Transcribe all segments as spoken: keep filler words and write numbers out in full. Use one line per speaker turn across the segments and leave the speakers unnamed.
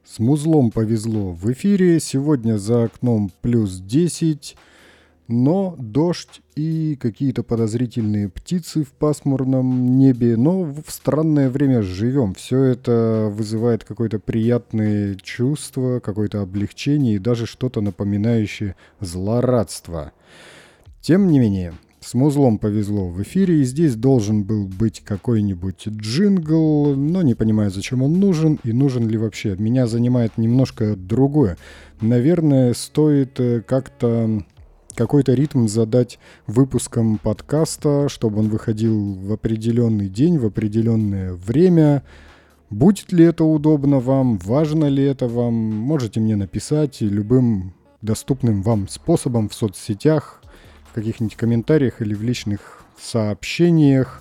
С музлом повезло в эфире. Сегодня за окном плюс десять, но дождь и какие-то подозрительные птицы в пасмурном небе. Но в странное время живем. Все это вызывает какое-то приятное чувство, какое-то облегчение и даже что-то напоминающее злорадство. Тем не менее, с музлом повезло в эфире, и здесь должен был быть какой-нибудь джингл, но не понимаю, зачем он нужен и нужен ли вообще. Меня занимает немножко другое. Наверное, стоит как-то какой-то ритм задать выпускам подкаста, чтобы он выходил в определенный день, в определенное время. Будет ли это удобно вам, важно ли это вам, можете мне написать любым доступным вам способом в соцсетях, в каких-нибудь комментариях или в личных сообщениях.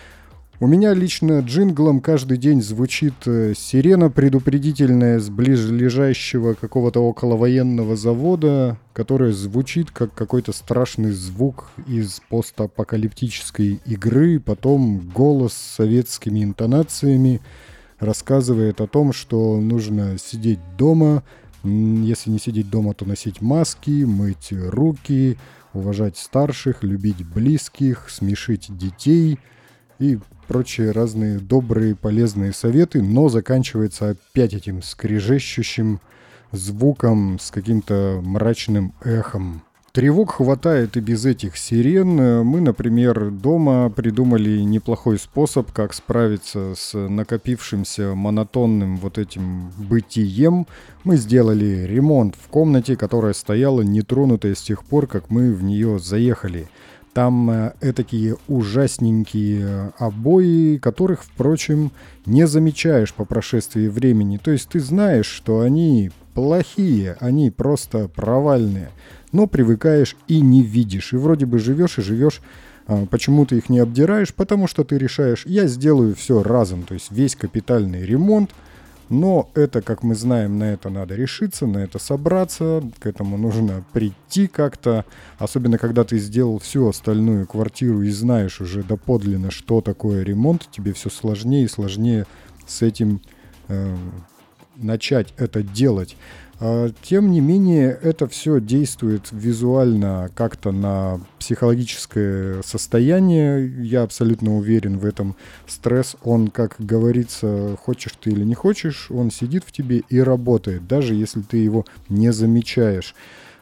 У меня лично джинглом каждый день звучит сирена предупредительная с ближайшего какого-то околовоенного завода, которая звучит как какой-то страшный звук из постапокалиптической игры. Потом голос с советскими интонациями рассказывает о том, что нужно сидеть дома. Если не сидеть дома, то носить маски, мыть руки, уважать старших, любить близких, смешить детей и прочие разные добрые, полезные советы, но заканчивается опять этим скрежещущим звуком с каким-то мрачным эхом. Тревог хватает и без этих сирен. Мы, например, дома придумали неплохой способ, как справиться с накопившимся монотонным вот этим бытием. Мы сделали ремонт в комнате, которая стояла нетронутая с тех пор, как мы в нее заехали. Там этакие ужасненькие обои, которых, впрочем, не замечаешь по прошествии времени. То есть ты знаешь, что они плохие, они просто провальные. Но привыкаешь и не видишь. И вроде бы живешь и живешь. А почему ты их не обдираешь? Потому что ты решаешь, я сделаю все разом. То есть весь капитальный ремонт. Но это, как мы знаем, на это надо решиться, на это собраться. К этому нужно прийти как-то. Особенно, когда ты сделал всю остальную квартиру и знаешь уже доподлинно, что такое ремонт. Тебе все сложнее и сложнее с этим э, начать это делать. Тем не менее, это все действует визуально как-то на психологическое состояние. Я абсолютно уверен в этом. Стресс, он, как говорится, хочешь ты или не хочешь, он сидит в тебе и работает, даже если ты его не замечаешь.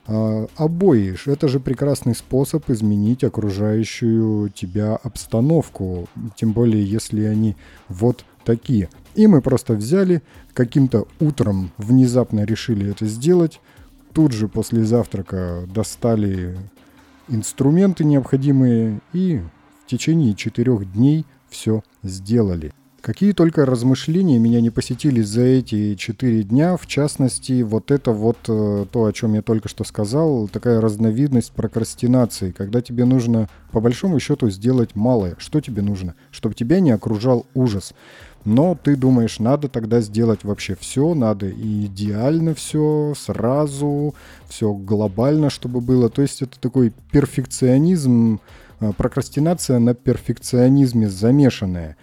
Обои — это же прекрасный способ изменить окружающую тебя обстановку, тем более если они вот такие. И мы просто взяли, каким-то утром внезапно решили это сделать. Тут же после завтрака достали инструменты необходимые и в течение четырех дней все сделали. Какие только размышления меня не посетили за эти четыре дня, в частности, вот это вот то, о чем я только что сказал, такая разновидность прокрастинации, когда тебе нужно, по большому счету, сделать малое. Что тебе нужно? Чтобы тебя не окружал ужас. Но ты думаешь, надо тогда сделать вообще все, надо и идеально все, сразу, все глобально, чтобы было. То есть это такой перфекционизм, прокрастинация на перфекционизме замешанная.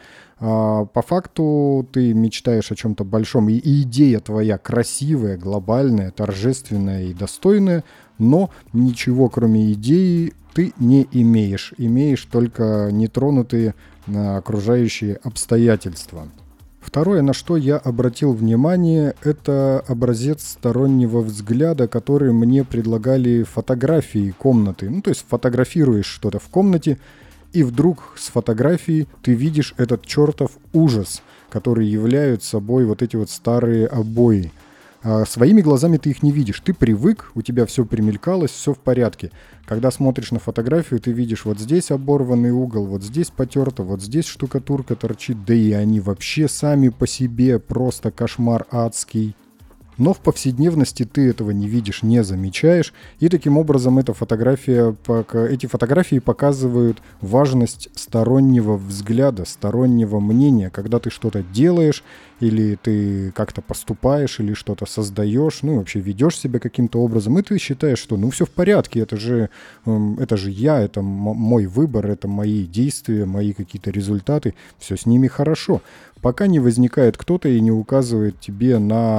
По факту ты мечтаешь о чем-то большом, и идея твоя красивая, глобальная, торжественная и достойная, но ничего кроме идеи ты не имеешь. Имеешь только нетронутые окружающие обстоятельства. Второе, на что я обратил внимание, это образец стороннего взгляда, который мне предлагали фотографии комнаты. Ну, то есть фотографируешь что-то в комнате, и вдруг с фотографии ты видишь этот чертов ужас, который являют собой вот эти вот старые обои. А своими глазами ты их не видишь. Ты привык, у тебя все примелькалось, все в порядке. Когда смотришь на фотографию, ты видишь вот здесь оборванный угол, вот здесь потерто, вот здесь штукатурка торчит, да и они вообще сами по себе просто кошмар адский. Но в повседневности ты этого не видишь, не замечаешь, и таким образом эта фотография, эти фотографии показывают важность стороннего взгляда, стороннего мнения, когда ты что-то делаешь, или ты как-то поступаешь, или что-то создаешь, ну, вообще ведешь себя каким-то образом, и ты считаешь, что ну все в порядке, это же, это же я, это мой выбор, это мои действия, мои какие-то результаты, все с ними хорошо. Пока не возникает кто-то и не указывает тебе на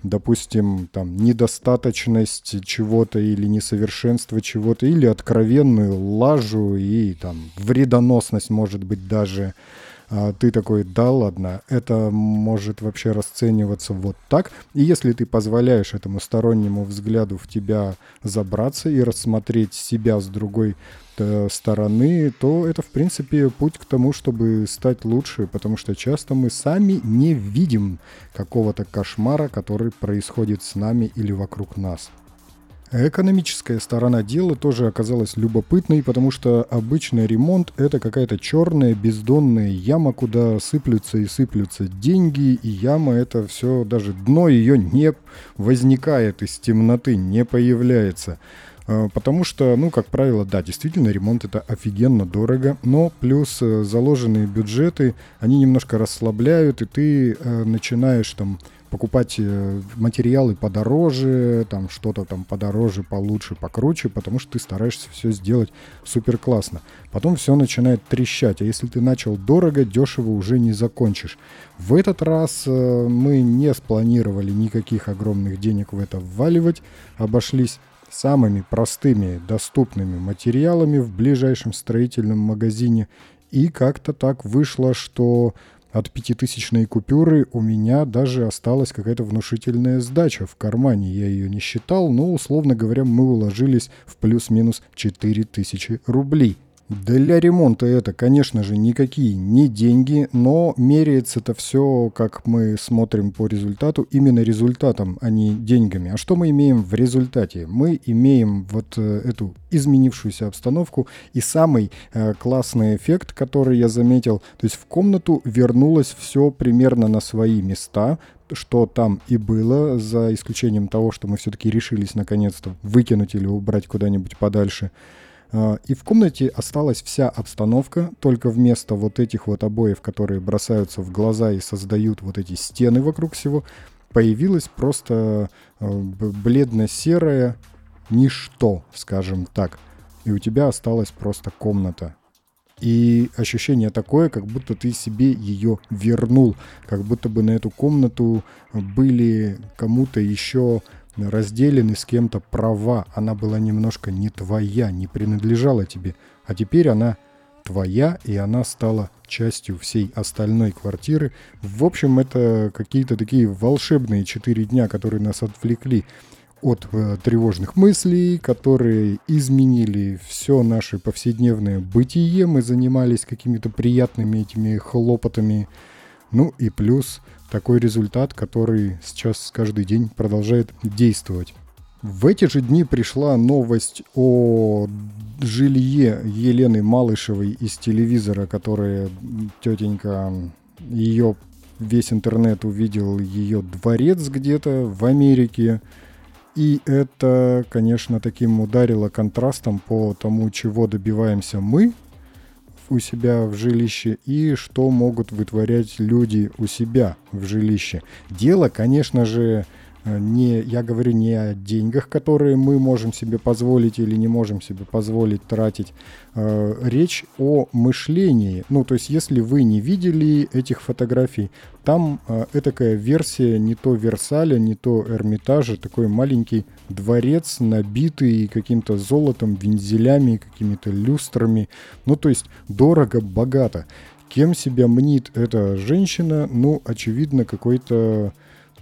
допустим, там, недостаточность чего-то или несовершенство чего-то, или откровенную лажу и там вредоносность, может быть, даже. А ты такой: да ладно, это может вообще расцениваться вот так. И если ты позволяешь этому стороннему взгляду в тебя забраться и рассмотреть себя с другой э, стороны, то это, в принципе, путь к тому, чтобы стать лучше, потому что часто мы сами не видим какого-то кошмара, который происходит с нами или вокруг нас. Экономическая сторона дела тоже оказалась любопытной, потому что обычный ремонт — это какая-то черная бездонная яма, куда сыплются и сыплются деньги, и яма — это все, даже дно ее не возникает из темноты, не появляется. Потому что, ну, как правило, да, действительно, ремонт — это офигенно дорого, но плюс заложенные бюджеты, они немножко расслабляют, и ты э, начинаешь там покупать материалы подороже, там что-то там подороже, получше, покруче, потому что ты стараешься все сделать супер классно. Потом все начинает трещать, а если ты начал дорого, дешево уже не закончишь. В этот раз э, мы не спланировали никаких огромных денег в это вваливать, обошлись самыми простыми доступными материалами в ближайшем строительном магазине. И как-то так вышло, что от пятитысячной купюры у меня даже осталась какая-то внушительная сдача в кармане. Я ее не считал, но, условно говоря, мы уложились в плюс-минус четыре тысячи рублей. Для ремонта это, конечно же, никакие не деньги, но меряется-то все, как мы смотрим по результату, именно результатом, а не деньгами. А что мы имеем в результате? Мы имеем вот эту изменившуюся обстановку и самый э, классный эффект, который я заметил, то есть в комнату вернулось все примерно на свои места, что там и было, за исключением того, что мы все-таки решились наконец-то выкинуть или убрать куда-нибудь подальше. И в комнате осталась вся обстановка, только вместо вот этих вот обоев, которые бросаются в глаза и создают вот эти стены вокруг всего, появилась просто бледно-серое ничто, скажем так. И у тебя осталась просто комната. И ощущение такое, как будто ты себе ее вернул, как будто бы на эту комнату были кому-то еще разделены с кем-то права. Она была немножко не твоя, не принадлежала тебе. А теперь она твоя, и она стала частью всей остальной квартиры. В общем, это какие-то такие волшебные четыре дня, которые нас отвлекли от э, тревожных мыслей, которые изменили все наше повседневное бытие. Мы занимались какими-то приятными этими хлопотами. Ну и плюс такой результат, который сейчас каждый день продолжает действовать. В эти же дни пришла новость о жилье Елены Малышевой из телевизора, которая тетенька, ее весь интернет увидел, ее дворец где-то в Америке. И это, конечно, таким ударило контрастом по тому, чего добиваемся мы у себя в жилище и что могут вытворять люди у себя в жилище. Дело, конечно же, не, я говорю не о деньгах, которые мы можем себе позволить или не можем себе позволить тратить. Э, речь о мышлении. Ну, то есть, если вы не видели этих фотографий, там э, этакая версия не то Версаля, не то Эрмитажа, такой маленький дворец, набитый каким-то золотом, вензелями, какими-то люстрами. Ну, то есть, дорого-богато. Кем себя мнит эта женщина? Ну, очевидно, какой-то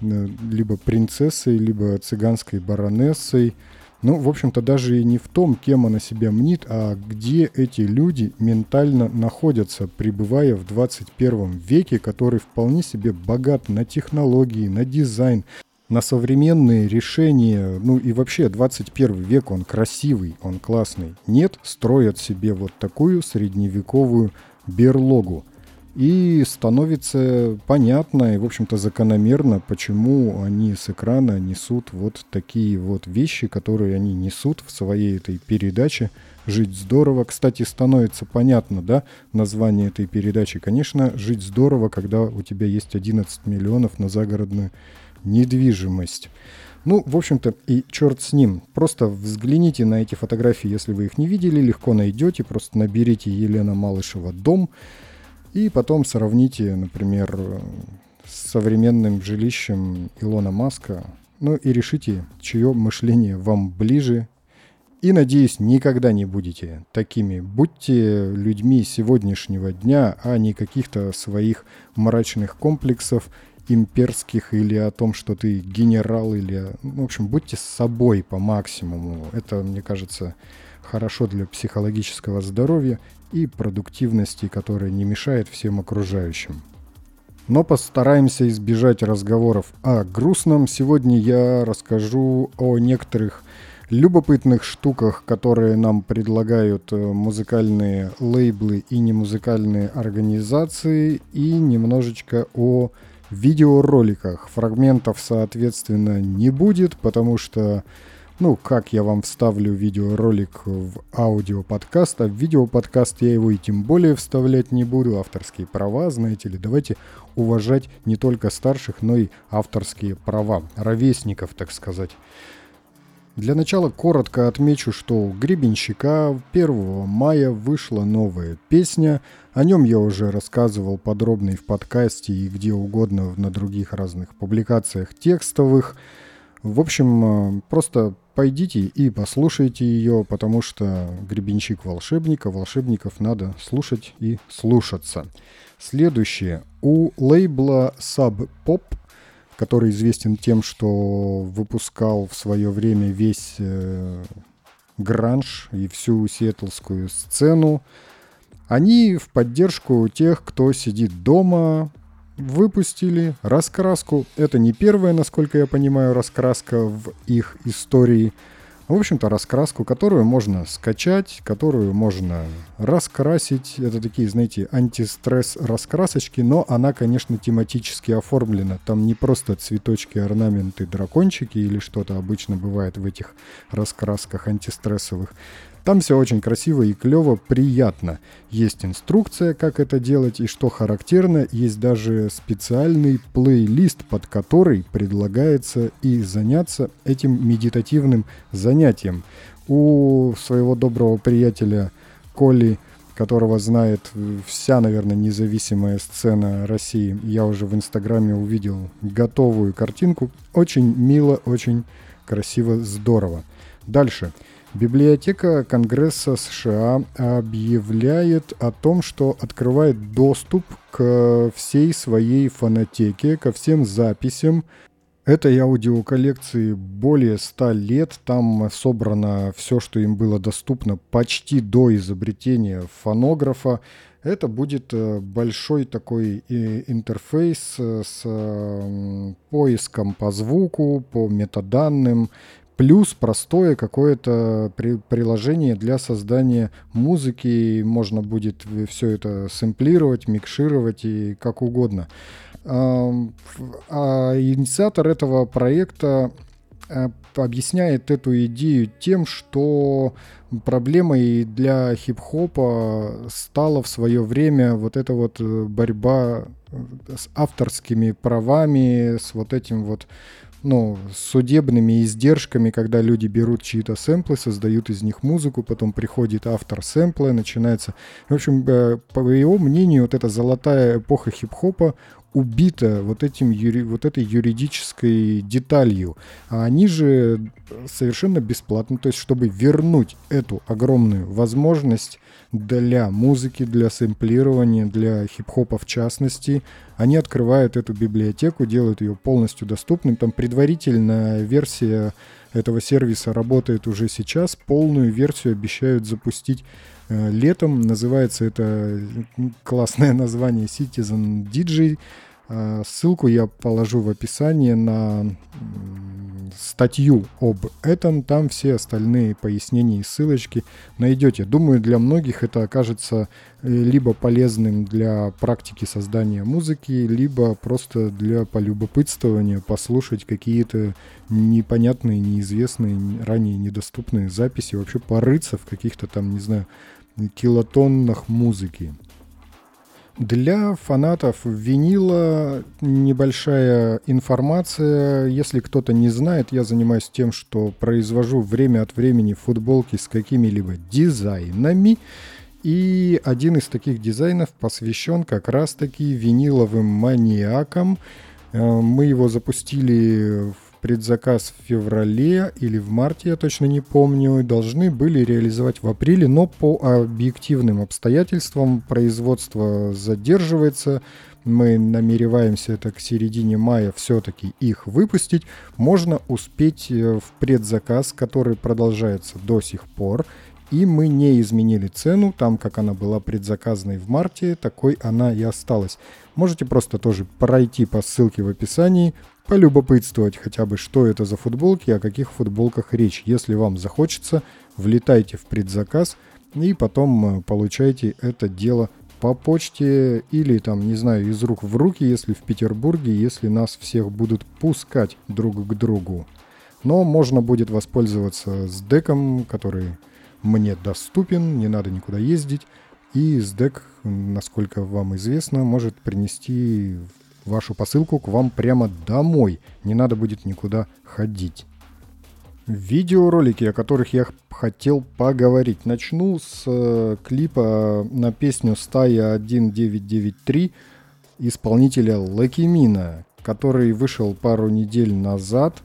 либо принцессой, либо цыганской баронессой. Ну, в общем-то, даже и не в том, кем она себя мнит, а где эти люди ментально находятся, пребывая в двадцать первом веке, который вполне себе богат на технологии, на дизайн, на современные решения. Ну и вообще двадцать первый век, он красивый, он классный. Нет, строят себе вот такую средневековую берлогу. И становится понятно и, в общем-то, закономерно, почему они с экрана несут вот такие вот вещи, которые они несут в своей этой передаче «Жить здорово». Кстати, становится понятно, да, название этой передачи. Конечно, «Жить здорово», когда у тебя есть одиннадцать миллионов на загородную недвижимость. Ну, в общем-то, и черт с ним. Просто взгляните на эти фотографии, если вы их не видели, легко найдете. Просто наберите Елена Малышева «Дом». И потом сравните, например, с современным жилищем Илона Маска. Ну и решите, чье мышление вам ближе. И, надеюсь, никогда не будете такими. Будьте людьми сегодняшнего дня, а не каких-то своих мрачных комплексов имперских или о том, что ты генерал, или... В общем, будьте с собой по максимуму. Это, мне кажется, хорошо для психологического здоровья и продуктивности, которая не мешает всем окружающим. Но постараемся избежать разговоров о грустном. Сегодня я расскажу о некоторых любопытных штуках, которые нам предлагают музыкальные лейблы и немузыкальные организации, и немножечко о видеороликах. Фрагментов, соответственно, не будет, потому что, ну, как я вам вставлю видеоролик в аудиоподкаст, а в видеоподкаст я его и тем более вставлять не буду. Авторские права, знаете ли, давайте уважать не только старших, но и авторские права, ровесников, так сказать. Для начала коротко отмечу, что у Гребенщика первого мая вышла новая песня. О нем я уже рассказывал подробно и в подкасте, и где угодно на других разных публикациях текстовых. В общем, просто пойдите и послушайте ее, потому что Гребенщик волшебник, а волшебников надо слушать и слушаться. Следующее. У лейбла Sub Pop, который известен тем, что выпускал в свое время весь э, гранж и всю сиэтлскую сцену, они в поддержку тех, кто сидит дома, выпустили раскраску. Это не первая, насколько я понимаю, раскраска в их истории. В общем-то, раскраску, которую можно скачать, которую можно раскрасить. Это такие, знаете, антистресс-раскрасочки, но она, конечно, тематически оформлена. Там не просто цветочки, орнаменты, дракончики или что-то обычно бывает в этих раскрасках антистрессовых. Там все очень красиво и клево, приятно. Есть инструкция, как это делать, и что характерно, есть даже специальный плейлист, под который предлагается и заняться этим медитативным занятием. У своего доброго приятеля Коли, которого знает вся, наверное, независимая сцена России, я уже в Инстаграме увидел готовую картинку. Очень мило, очень красиво, здорово. Дальше. Библиотека Конгресса США объявляет о том, что открывает доступ к всей своей фонотеке, ко всем записям этой аудиоколлекции более ста лет. Там собрано все, что им было доступно почти до изобретения фонографа. Это будет большой такой интерфейс с поиском по звуку, по метаданным, плюс простое какое-то при, приложение для создания музыки. Можно будет все это сэмплировать, микшировать и как угодно. А, а инициатор этого проекта объясняет эту идею тем, что проблемой для хип-хопа стала в свое время вот эта вот борьба с авторскими правами, с вот этим вот, ну, судебными издержками, когда люди берут чьи-то сэмплы, создают из них музыку, потом приходит автор сэмпла, начинается... В общем, по его мнению, вот эта золотая эпоха хип-хопа убита вот, этим, вот этой юридической деталью. А они же совершенно бесплатно, то есть чтобы вернуть эту огромную возможность для музыки, для сэмплирования, для хип-хопа в частности, они открывают эту библиотеку, делают ее полностью доступной. Там предварительная версия этого сервиса работает уже сейчас, полную версию обещают запустить э, летом. Называется это, классное название, Citizen ди джей. Э, ссылку я положу в описании на э, статью об этом. Там все остальные пояснения и ссылочки найдете. Думаю, для многих это окажется либо полезным для практики создания музыки, либо просто для полюбопытствования, послушать какие-то непонятные, неизвестные, ранее недоступные записи, вообще порыться в каких-то там, не знаю, килотоннах музыки. Для фанатов винила небольшая информация. Если кто-то не знает, я занимаюсь тем, что произвожу время от времени футболки с какими-либо дизайнами. И один из таких дизайнов посвящен как раз-таки виниловым маниакам. Мы его запустили в предзаказ в феврале или в марте, я точно не помню. Должны были реализовать в апреле, но по объективным обстоятельствам производство задерживается. Мы намереваемся это к середине мая все-таки их выпустить. Можно успеть в предзаказ, который продолжается до сих пор. И мы не изменили цену, там, как она была предзаказанной в марте, такой она и осталась. Можете просто тоже пройти по ссылке в описании, полюбопытствовать хотя бы, что это за футболки, о каких футболках речь. Если вам захочется, влетайте в предзаказ и потом получайте это дело по почте или там, не знаю, из рук в руки, если в Петербурге, если нас всех будут пускать друг к другу. Но можно будет воспользоваться сдэком, который мне доступен, не надо никуда ездить. И сдэк, насколько вам известно, может принести вашу посылку к вам прямо домой. Не надо будет никуда ходить. Видеоролики, о которых я хотел поговорить. Начну с э, клипа на песню «Стая один девять девять три» исполнителя Лакимина, который вышел пару недель назад.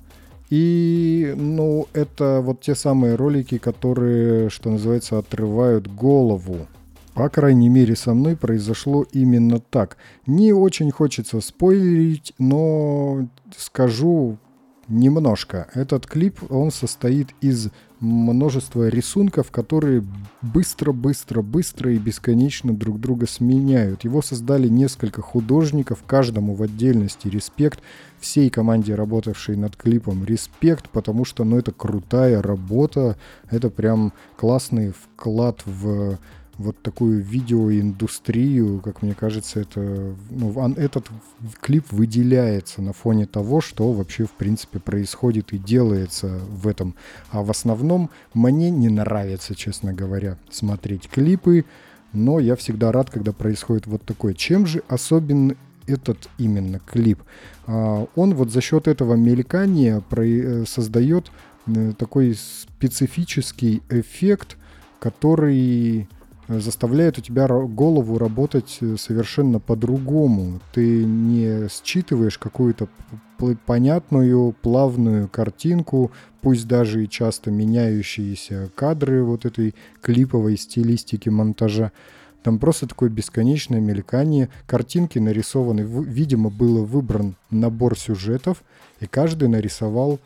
И, ну, это вот те самые ролики, которые, что называется, отрывают голову. По крайней мере, со мной произошло именно так. Не очень хочется спойлерить, но скажу немножко. Этот клип, он состоит из множества рисунков, которые быстро-быстро-быстро и бесконечно друг друга сменяют. Его создали несколько художников, каждому в отдельности респект. Всей команде, работавшей над клипом, респект, потому что, ну, это крутая работа. Это прям классный вклад в вот такую видеоиндустрию, как мне кажется, это, ну, он, этот клип выделяется на фоне того, что вообще в принципе происходит и делается в этом. А в основном мне не нравится, честно говоря, смотреть клипы, но я всегда рад, когда происходит вот такое. Чем же особен этот именно клип? А, он вот за счет этого мелькания про- создает такой специфический эффект, который заставляет у тебя голову работать совершенно по-другому. Ты не считываешь какую-то понятную, плавную картинку, пусть даже и часто меняющиеся кадры вот этой клиповой стилистики монтажа. Там просто такое бесконечное мелькание. Картинки нарисованы, видимо, был выбран набор сюжетов, и каждый нарисовал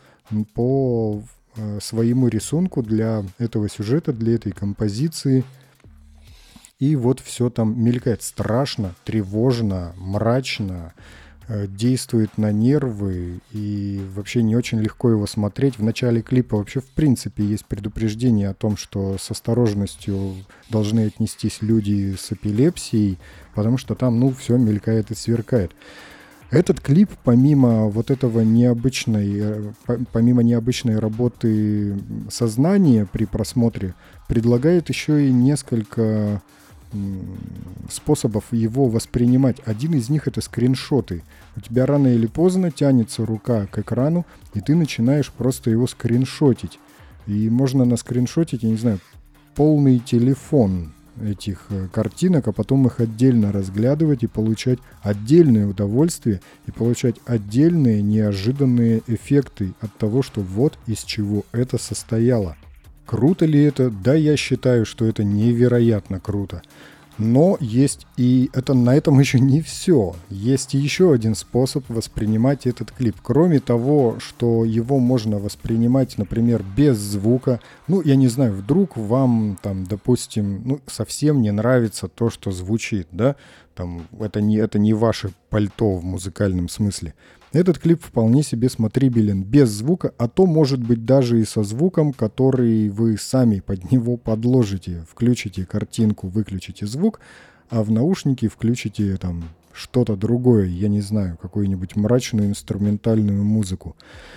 по своему рисунку для этого сюжета, для этой композиции. И вот все там мелькает страшно, тревожно, мрачно, э, действует на нервы, и вообще не очень легко его смотреть. В начале клипа вообще в принципе есть предупреждение о том, что с осторожностью должны отнестись люди с эпилепсией, потому что там, ну, все мелькает и сверкает. Этот клип, помимо вот этого необычной, помимо необычной работы сознания при просмотре, предлагает еще и несколько способов его воспринимать. Один из них — это скриншоты. У тебя рано или поздно тянется рука к экрану, и ты начинаешь просто его скриншотить. И можно наскриншотить, я не знаю, полный телефон этих картинок, а потом их отдельно разглядывать и получать отдельное удовольствие и получать отдельные неожиданные эффекты от того, что вот из чего это состояло. Круто ли это? Да, я считаю, что это невероятно круто. Но есть и это на этом еще не все. Есть еще один способ воспринимать этот клип. Кроме того, что его можно воспринимать, например, без звука. Ну, я не знаю, вдруг вам там, допустим, ну, совсем не нравится то, что звучит, да? Там, это не, это не ваше пальто в музыкальном смысле. Этот клип вполне себе смотрибелен без звука, а то, может быть, даже и со звуком, который вы сами под него подложите. Включите картинку, выключите звук, а в наушники включите там что-то другое, я не знаю, какую-нибудь мрачную инструментальную музыку.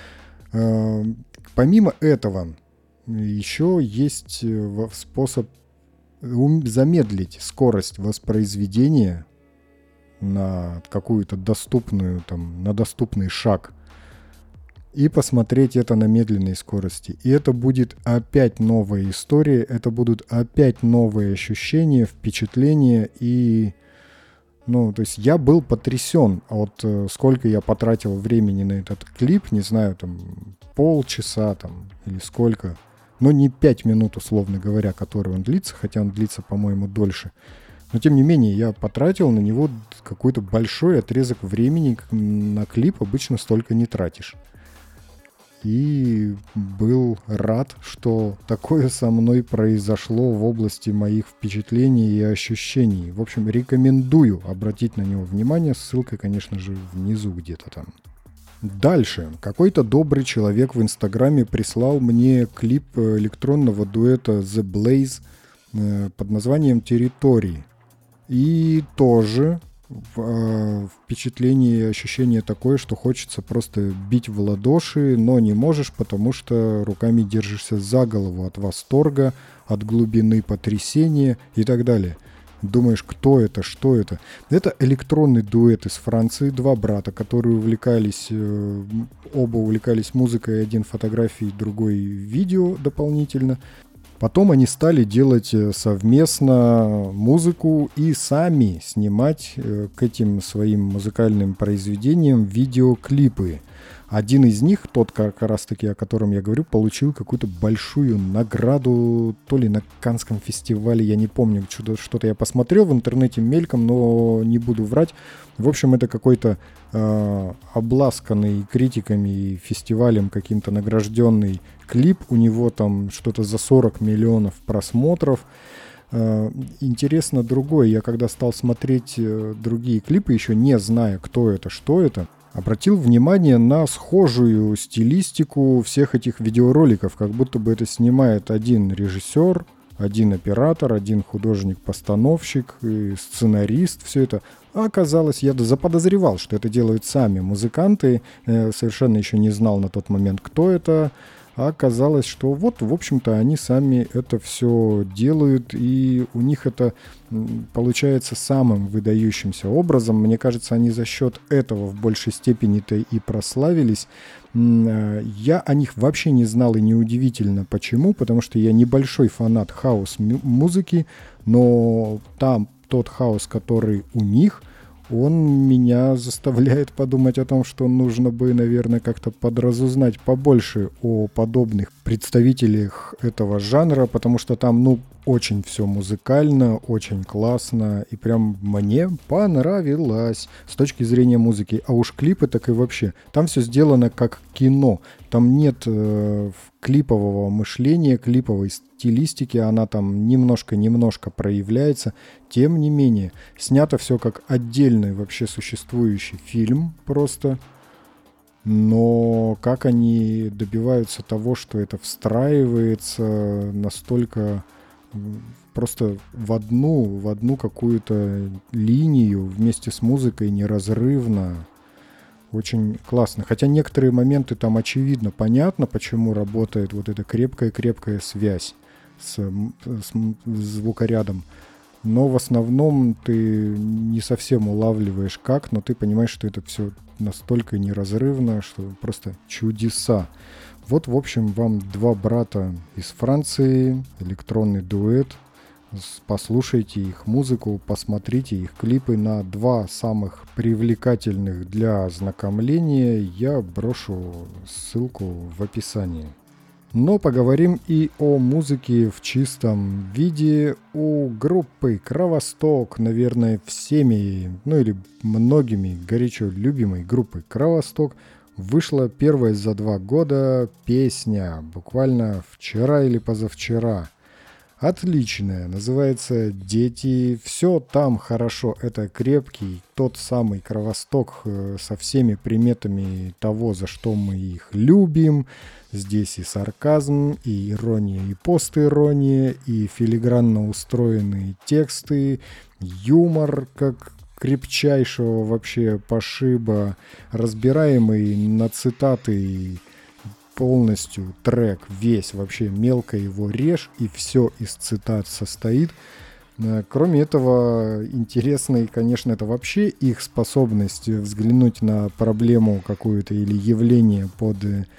Помимо этого, еще есть способ замедлить скорость воспроизведения на какую-то доступную, там, на доступный шаг. и посмотреть это на медленной скорости. И это будет опять новая история, это будут опять новые ощущения, впечатления. И, ну, то есть я был потрясен от сколько я потратил времени на этот клип, не знаю, там полчаса там или сколько, но не пять минут, условно говоря, который он длится, хотя он длится, по-моему, дольше. Но, тем не менее, я потратил на него какой-то большой отрезок времени. На клип обычно столько не тратишь. И был рад, что такое со мной произошло в области моих впечатлений и ощущений. В общем, рекомендую обратить на него внимание. Ссылка, конечно же, внизу где-то там. Дальше. Какой-то добрый человек в Инстаграме прислал мне клип электронного дуэта The Blaze под названием «Территории». И тоже э, впечатление и ощущение такое, что хочется просто бить в ладоши, но не можешь, потому что руками держишься за голову от восторга, от глубины потрясения и так далее. Думаешь, кто это, что это? Это электронный дуэт из Франции, два брата, которые увлекались, э, оба увлекались музыкой, один фотографией, другой видео дополнительно. Потом они стали делать совместно музыку и сами снимать к этим своим музыкальным произведениям видеоклипы. Один из них, тот как раз-таки, о котором я говорю, получил какую-то большую награду, то ли на Каннском фестивале, я не помню, что-то, что-то я посмотрел в интернете мельком, но не буду врать. В общем, это какой-то э, обласканный критиками и фестивалем каким-то награжденный клип. У него там что-то за сорок миллионов просмотров. Э, интересно другое. Я когда стал смотреть э, другие клипы, еще не зная, кто это, что это, обратил внимание на схожую стилистику всех этих видеороликов, как будто бы это снимает один режиссер, один оператор, один художник-постановщик, и сценарист, все это. А оказалось, я заподозревал, что это делают сами музыканты, совершенно еще не знал на тот момент, кто это. А оказалось, что вот, в общем-то, они сами это все делают, и у них это получается самым выдающимся образом. Мне кажется, они за счет этого в большей степени-то и прославились. Я о них вообще не знал, и неудивительно почему, потому что я небольшой фанат хаус-музыки, но там тот хаос, который у них, он меня заставляет подумать о том, что нужно бы, наверное, как-то подразузнать побольше о подобных представителях этого жанра, потому что там, ну, очень все музыкально, очень классно, и прям мне понравилось с точки зрения музыки. А уж клипы так и вообще. Там все сделано как кино. Там нет э, клипового мышления, клиповой стилистики, она там немножко-немножко проявляется. Тем не менее, снято все как отдельный вообще существующий фильм просто. Но как они добиваются того, что это встраивается настолько просто в одну, в одну какую-то линию вместе с музыкой неразрывно. Очень классно. Хотя некоторые моменты там очевидно понятно, почему работает вот эта крепкая-крепкая связь с, с звукорядом. Но в основном ты не совсем улавливаешь как, но ты понимаешь, что это все настолько неразрывно, что просто чудеса. Вот, в общем, вам два брата из Франции, электронный дуэт. Послушайте их музыку, посмотрите их клипы. На два самых привлекательных для ознакомления я брошу ссылку в описании. Но поговорим и о музыке в чистом виде. У группы Кровосток, наверное, всеми, ну или многими горячо любимой группы Кровосток, вышла первая за два года песня, буквально вчера или позавчера. Отличная, называется «Дети». Все там хорошо, это крепкий, тот самый Кровосток со всеми приметами того, за что мы их любим. Здесь и сарказм, и ирония, и постирония, и филигранно устроенные тексты, юмор, как крепчайшего вообще пошиба, разбираемый на цитаты полностью трек, весь вообще мелко его режь, и все из цитат состоит. Кроме этого, интересной, конечно, это вообще их способность взглянуть на проблему какую-то или явление под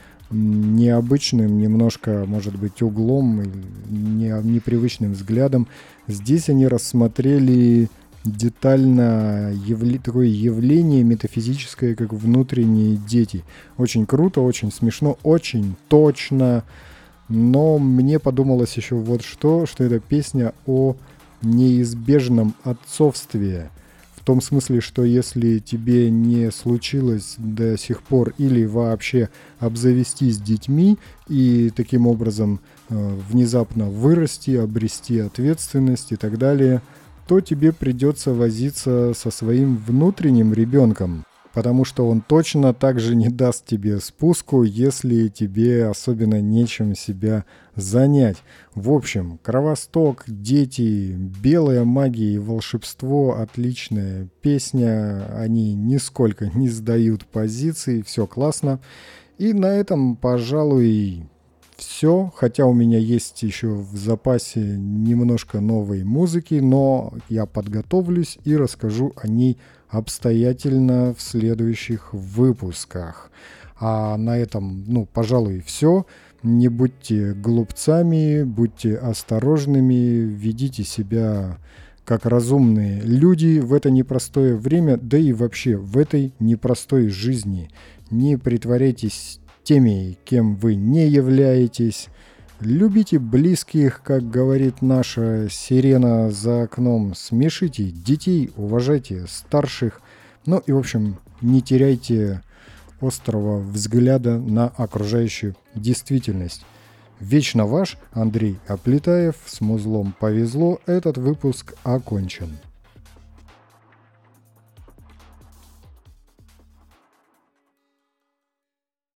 необычным, немножко, может быть, углом, непривычным взглядом. Здесь они рассмотрели детально явля... такое явление метафизическое, как внутренние дети. Очень круто, очень смешно, очень точно. Но мне подумалось еще вот что, что это песня о неизбежном отцовстве. В том смысле, что если тебе не случилось до сих пор или вообще обзавестись детьми и таким образом э, внезапно вырасти, обрести ответственность и так далее, то тебе придется возиться со своим внутренним ребенком, потому что он точно так же не даст тебе спуску, если тебе особенно нечем себя занять. В общем, Кровосток, дети, белая магия и волшебство, отличная песня, они нисколько не сдают позиции, все классно. И на этом, пожалуй, все, хотя у меня есть еще в запасе немножко новой музыки, но я подготовлюсь и расскажу о ней обстоятельно в следующих выпусках. А на этом, ну, пожалуй, все. Не будьте глупцами, будьте осторожными, ведите себя как разумные люди в это непростое время, да и вообще в этой непростой жизни. Не притворяйтесь теми, кем вы не являетесь. Любите близких, как говорит наша сирена за окном. Смешите детей, уважайте старших. Ну и, в общем, не теряйте острого взгляда на окружающую действительность. Вечно ваш Андрей Аплетаев. С музлом повезло. Этот выпуск окончен.